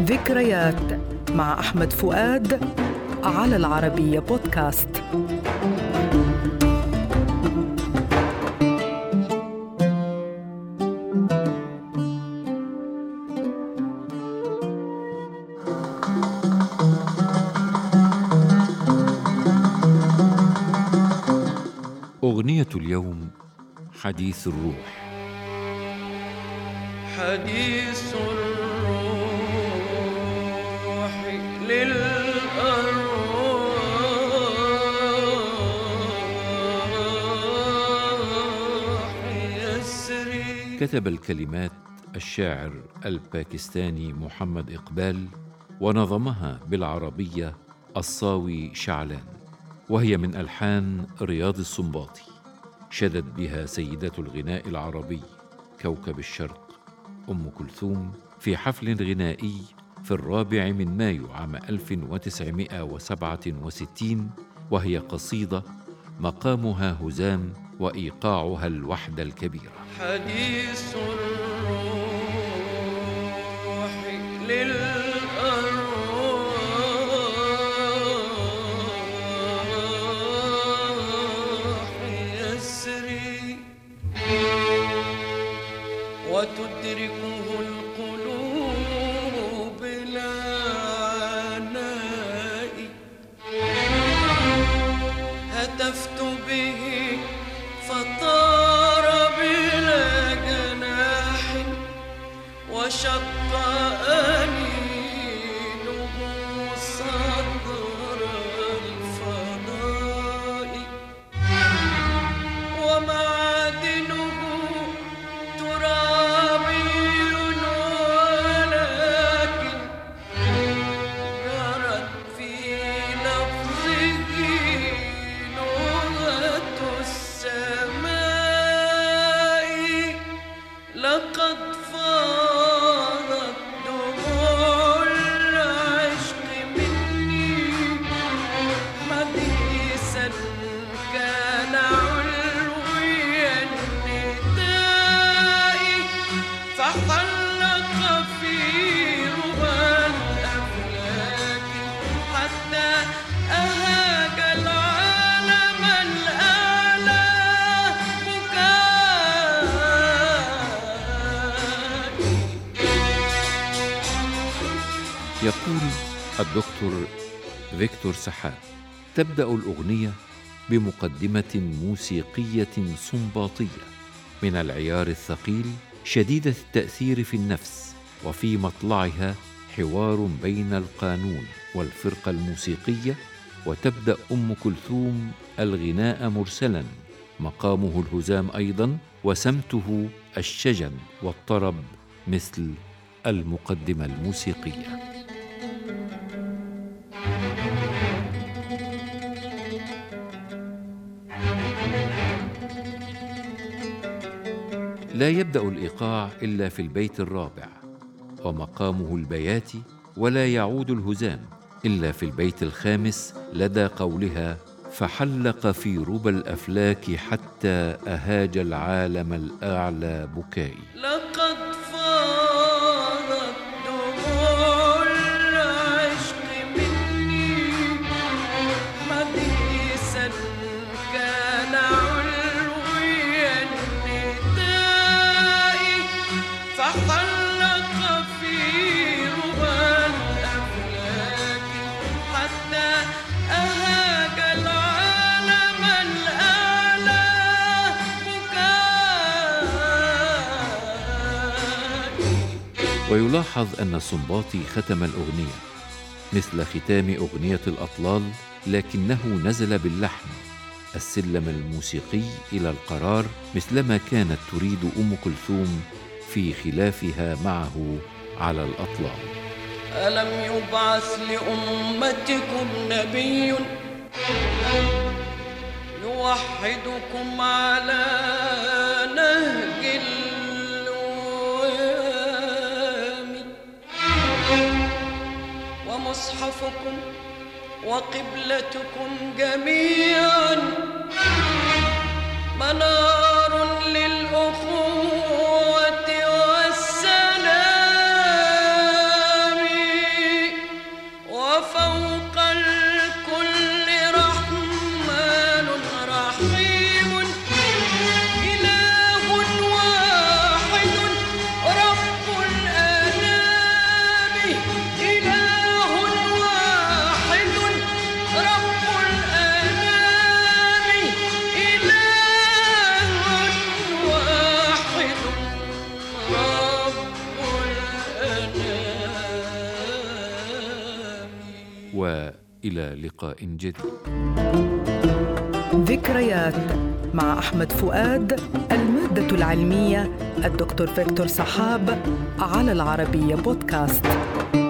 ذكريات مع أحمد فؤاد على العربية بودكاست. أغنية اليوم حديث الروح. حديث الروح للأرواح يسري. كتب الكلمات الشاعر الباكستاني محمد إقبال، ونظمها بالعربية الصاوي شعلان، وهي من ألحان رياض السنباطي. شدت بها سيدة الغناء العربي كوكب الشرق أم كلثوم في حفل غنائي في 4 مايو عام 1967، وهي قصيدة مقامها هزام وإيقاعها الوحدة الكبيرة. حديث الروح للأرواح يسري، وتدركه القلوب لا عناء. هتفت به فطار بلا جناح، وشق أنينه صدر الفضاء، ومعادنه ترابي ولكن جرت في لفظه لغة السماء. لقد فاضت دموع العشق مني حديثا كان علوي النداء، فحلق في ربى الأفلاك حتى أهاج العالم الأعلى بكائي. يقول الدكتور فيكتور سحاب: تبدأ الأغنية بمقدمة موسيقية سنباطية من العيار الثقيل شديدة التأثير في النفس، وفي مطلعها حوار بين القانون والفرقة الموسيقية، وتبدأ أم كلثوم الغناء مرسلا، مقامه الهزام أيضا، وسمته الشجن والطرب مثل المقدمة الموسيقية. لا يبدأ الإيقاع إلا في البيت الرابع، ومقامه البياتي، ولا يعود الهزام إلا في البيت الخامس لدى قولها: فحلق في ربى الأفلاك حتى أهاج العالم الأعلى بكائي. لقد فاضت دموع العشق مني حديثا كان علوي النداء، فحلق في ربى الأفلاك حتى أهاج العالم الأعلى بكائي. ويلاحظ أن السنباطي ختم الأغنية مثل ختام أغنية الأطلال، لكنه نزل باللحن السلم الموسيقي إلى القرار، مثلما كانت تريد أم كلثوم في خلافها معه على الأطلال. ألم يبعث لأمتكم نبي يوحدكم على نهج الوئام، ومصحفكم وقبلتكم جميعا منار للأخوة والسلام. إلى لقاء جديد. ذكريات مع أحمد فؤاد. المادة العلمية الدكتور فيكتور سحاب على العربية بودكاست.